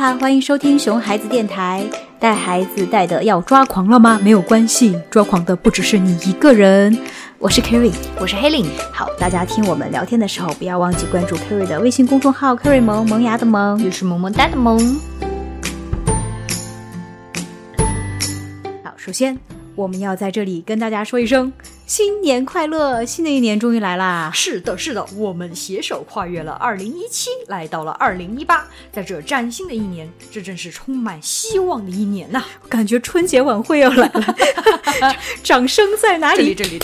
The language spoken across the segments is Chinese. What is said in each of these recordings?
好，欢迎收听熊孩子电台。带孩子带的要抓狂了吗？没有关系，抓狂的不只是你一个人。我是 Kerry， 我是黑令。 好，大家听我们聊天的时候，不要忘记关注 Kerry 的微信公众号 Kerry 萌，萌芽的萌， 又是萌萌哒的萌。 好，首先我们要在这里跟大家说一声新年快乐，新的一年终于来啦！ 是的，是的，我们携手跨越了2017，来到了2018，在这崭新的一年，这真是充满希望的一年呐！ 感觉春节晚会要来了，掌声在哪里？ 这里。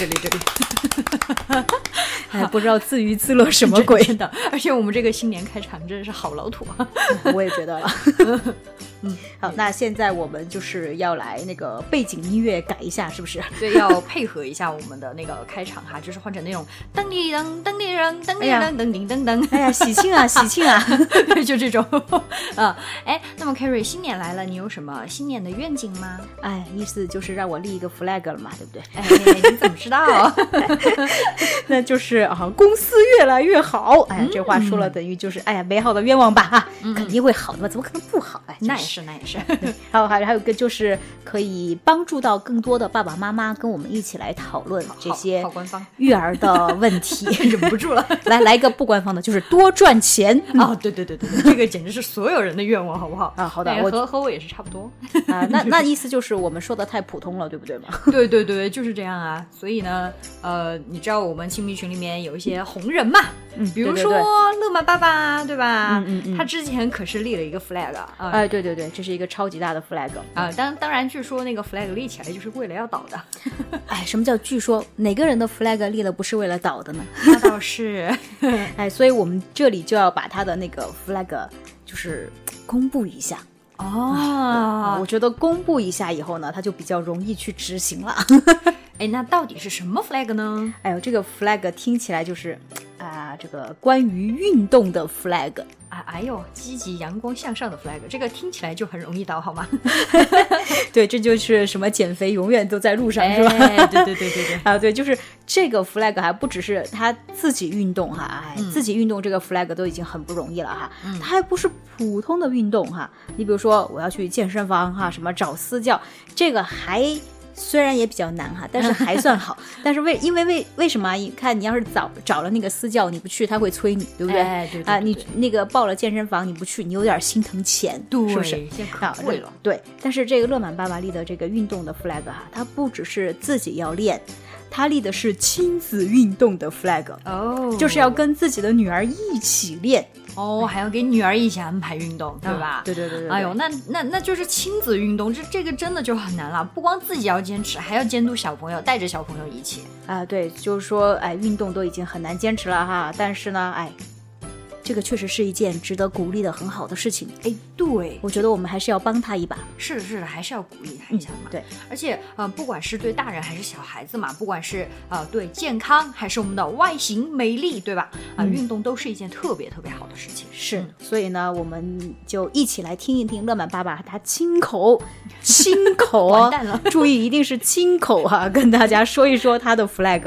哎，不知道自娱自乐什么鬼的，而且我们这个新年开场真的是好老土啊！ 我也觉得了。好，那现在我们就是要来那个背景音乐改一下，是不是？ 对，要配合一下我们的那个开场哈，就是换成那种噔滴噔噔滴噔噔滴噔噔叮噔噔。 哎呀，喜庆啊，喜庆啊！ 对，就这种。那么 Kerry， 新年来了，你有什么新年的愿景吗？ 哎，意思就是让我立一个 flag 了嘛，对不对？ 哎，你怎么知道？ 那就是公司越来越好。哎呀，这话说了等于就是哎呀，美好的愿望吧哈，肯定会好的嘛，怎么可能不好？哎， 那也是。 还有一个就是可以帮助到更多的爸爸妈妈跟我们一起来讨论这些育儿的问题。 忍不住了， 来一个不官方的，就是多赚钱。 对，这个简直是所有人的愿望，好不好？ 好的， 和我也是差不多。 那意思就是我们说的太普通了，对不对嘛？ 对，就是这样啊。所以呢，你知道我们亲密群里面有一些红人嘛，比如说乐满爸爸，对吧？他之前可是立了一个 flag 啊。 对，这是一个超级大的 flag 啊。当然，据说那个 flag 立起来就是为了要倒的。 哎，什么叫据说？哪个人的 flag 立了不是为了倒的呢？ 那倒是。 哎，所以我们这里就要把他的那个 flag 就是公布一下。我觉得公布一下以后呢，他就比较容易去执行了。 哎，那到底是什么 flag 呢？ 哎呦，这个 flag 听起来就是这个关于运动的 flag。 哎呦，积极阳光向上的 flag， 这个听起来就很容易倒，好吗？ 对，这就是什么减肥永远都在路上，是吧？ 对。 对，就是这个 flag 还不只是他自己运动哈，自己运动这个 flag 都已经很不容易了哈，他还不是普通的运动哈。你比如说我要去健身房哈，什么找私教，这个还虽然也比较难哈，但是还算好。但是因为什么？你看，你要是找了那个私教，你不去，他会催你，对不对？ 对你那个报了健身房，你不去，你有点心疼钱， 对， 是不是？ 现在可贵了。 对，但是这个乐满爸爸立的这个运动的 flag 哈，他不只是自己要练，他立的是亲子运动的 flag。就是要跟自己的女儿一起练。 还要给女儿一起安排运动，对吧？ 对。 哎呦，那就是亲子运动，这个真的就很难了，不光自己要坚持，还要监督小朋友，带着小朋友一起。 对，就是说，运动都已经很难坚持了哈，但是呢，这个确实是一件值得鼓励的很好的事情。 对， 我觉得我们还是要帮他一把。 是的，还是要鼓励他一下嘛。 对， 而且不管是对大人还是小孩子嘛，不管是对健康还是我们的外形美丽，对吧？运动都是一件特别特别好的事情。 是，所以呢，我们就一起来听一听乐满爸爸他亲口完蛋了， 注意一定是亲口跟大家说一说他的 flag。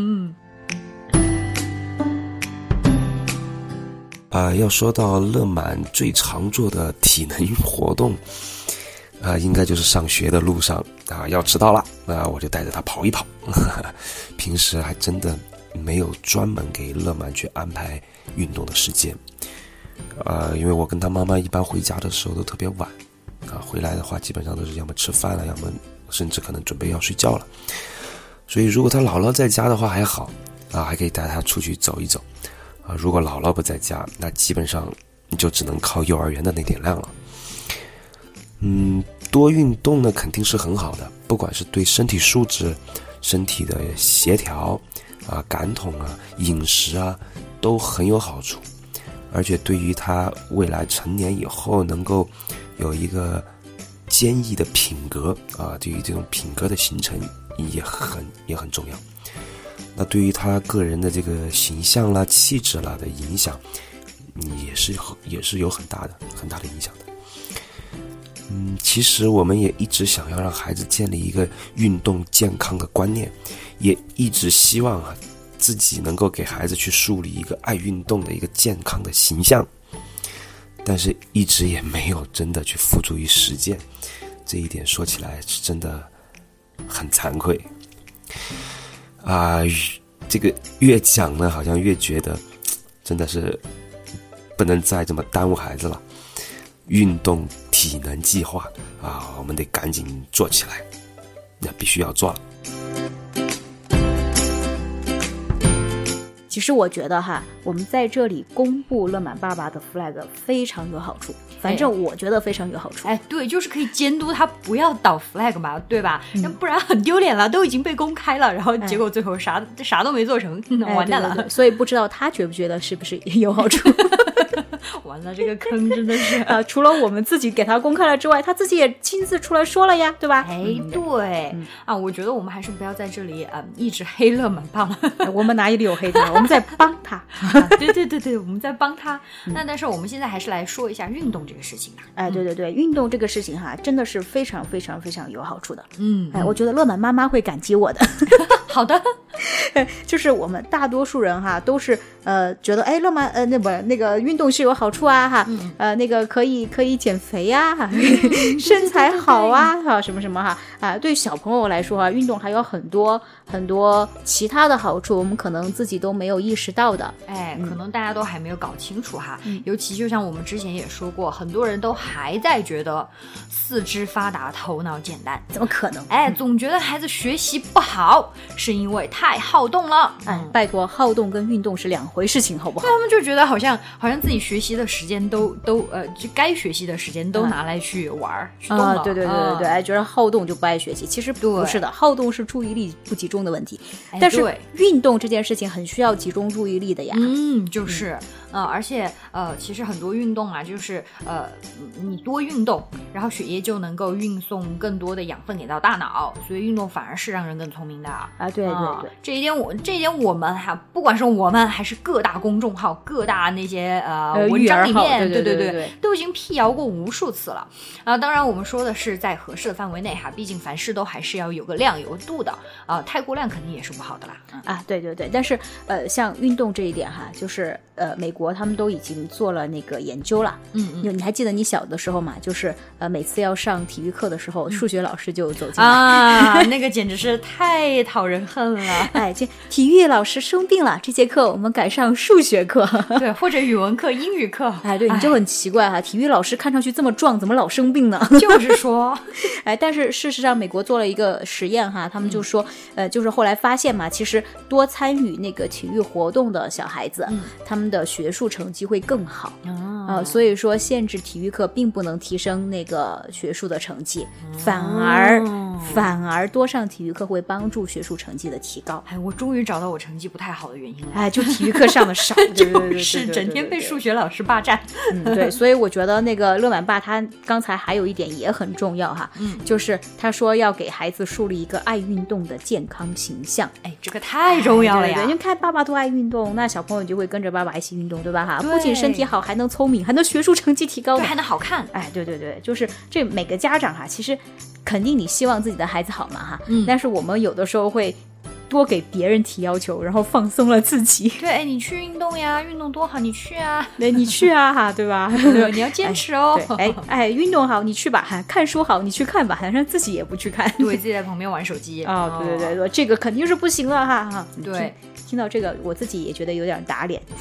要说到乐满最常做的体能活动应该就是上学的路上要迟到了，我就带着他跑一跑。平时还真的没有专门给乐满去安排运动的时间，因为我跟他妈妈一般回家的时候都特别晚回来的话基本上都是要么吃饭了，要么甚至可能准备要睡觉了。所以如果他姥姥在家的话还好还可以带他出去走一走如果姥姥不在家，那基本上你就只能靠幼儿园的那点量了。多运动呢肯定是很好的，不管是对身体素质、身体的协调感统饮食都很有好处，而且对于他未来成年以后能够有一个坚毅的品格对于这种品格的形成也很重要。那对于他个人的这个形象啦、气质啦的影响，也是有很大的影响的。其实我们也一直想要让孩子建立一个运动健康的观念，也一直希望自己能够给孩子去树立一个爱运动的一个健康的形象。 但是一直也没有真的去付诸于实践，这一点说起来是真的很惭愧啊。这个越讲呢，好像越觉得真的是不能再这么耽误孩子了。运动体能计划啊，我们得赶紧做起来，那必须要做了。 其实我觉得哈，我们在这里公布乐满爸爸的 flag 非常有好处，反正我觉得非常有好处。 对，就是可以监督他不要倒 flag 嘛，对吧？不然很丢脸了，都已经被公开了，然后结果最后啥都没做成，完蛋了。 对，所以不知道他觉不觉得是不是有好处？ 完了，这个坑真的是除了我们自己给他公开了之外，他自己也亲自出来说了呀，对吧？ 对我觉得我们还是不要在这里一直黑乐满爸了。 我们哪里有黑他？我们在帮他。 对，我们在帮他。但是我们现在还是来说一下运动这个事情吧。 对，运动这个事情哈，真的是非常非常非常有好处的。我觉得乐满妈妈会感激我的。 好的， 就是我们大多数人哈，都是觉得乐满那个运动是有好处啊哈，那个可以减肥啊，身材好啊哈，什么什么哈对小朋友来说运动还有很多很多其他的好处，我们可能自己都没有意识到的。 可能大家都还没有搞清楚哈。尤其就像我们之前也说过，很多人都还在觉得四肢发达头脑简单， 怎么可能？ 总觉得孩子学习不好是因为太好动了。 拜托，好动跟运动是两回事情，好不好？ 他们就觉得好像自己学习的时间都就该学习的时间都拿来去玩去动了。 对，觉得好动就不爱学习，其实不是的，好动是注意力不集中的问题。但是运动这件事情很需要集中注意力的呀。 就是而且其实很多运动啊，就是你多运动，然后血液就能够运送更多的养分给到大脑，所以运动反而是让人更聪明的对， 这一点我们不管是我们还是各大公众号、各大那些文章里面，对，都已经辟谣过无数次了当然我们说的是在合适的范围内毕竟凡事都还是要有个量有个度的太过量肯定也是不好的啦对，但是像运动这一点就是美国他们都已经做了那个研究了。你还记得你小的时候嘛？就是每次要上体育课的时候，数学老师就走进来那个简直是太讨人恨了。 这体育老师生病了，这节课我们改上数学课。 对，或者语文课、英语课。 对，你就很奇怪体育老师看上去这么壮，怎么老生病呢？ 就是说但是事实上美国做了一个实验他们就说就是后来发现嘛，其实多参与那个体育活动的小孩子他们的学术成绩会更好所以说限制体育课并不能提升那个学术的成绩，反而多上体育课会帮助学术成绩的提高。 我终于找到我成绩不太好的原因了就体育课上的少就是整天被数学老师霸占对，所以我觉得那个乐满爸他刚才还有一点也很重要就是他说要给孩子树立一个爱运动的健康形象。 这个太重要了呀。 对，你看爸爸都爱运动，那小朋友就会跟着爸爸一起运动，对吧不仅身体好，还能聪明，还能学术成绩提高， 对，还能好看。 对，就是这每个家长其实肯定你希望自己的孩子好嘛但是我们有的时候会多给别人提要求，然后放松了自己。 对，你去运动呀，运动多好，你去啊， 你去啊对吧？ 对，你要坚持哦。 运动好你去吧，看书好你去看吧，好像自己也不去看， 对，自己在旁边玩手机对，这个肯定是不行了对， 听到这个我自己也觉得有点打脸。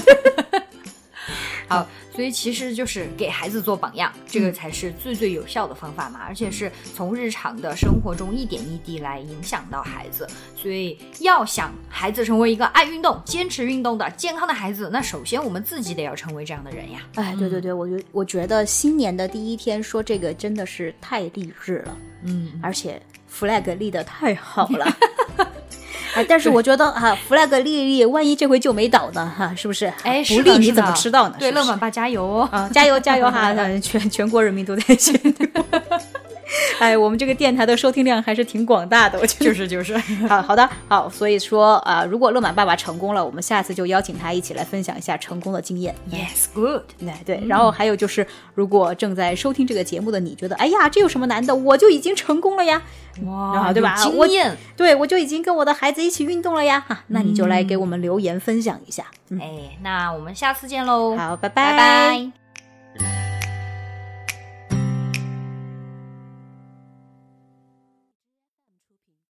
好，所以其实就是给孩子做榜样，这个才是最有效的方法嘛，而且是从日常的生活中一点一滴来影响到孩子。所以要想孩子成为一个爱运动、坚持运动的健康的孩子，那首先我们自己得要成为这样的人呀。 对，我觉得新年的第一天说这个真的是太励志了，而且 flag 立得太好了。但是我觉得flag 立，万一这回就没倒呢是不是？不立你怎么吃到呢？ 对，乐满爸加油哦！ 加油全国人民都在监督。我们这个电台的收听量还是挺广大的，我觉得就是好，所以说如果乐满爸爸成功了，我们下次就邀请他一起来分享一下成功的经验。 Yes, good。 对，然后还有就是，如果正在收听这个节目的你觉得，哎呀，这有什么难的？我就已经成功了呀， 哇， 对吧？ 经验， 我就已经跟我的孩子一起运动了呀，那你就来给我们留言分享一下。 那我们下次见喽。 好，拜拜。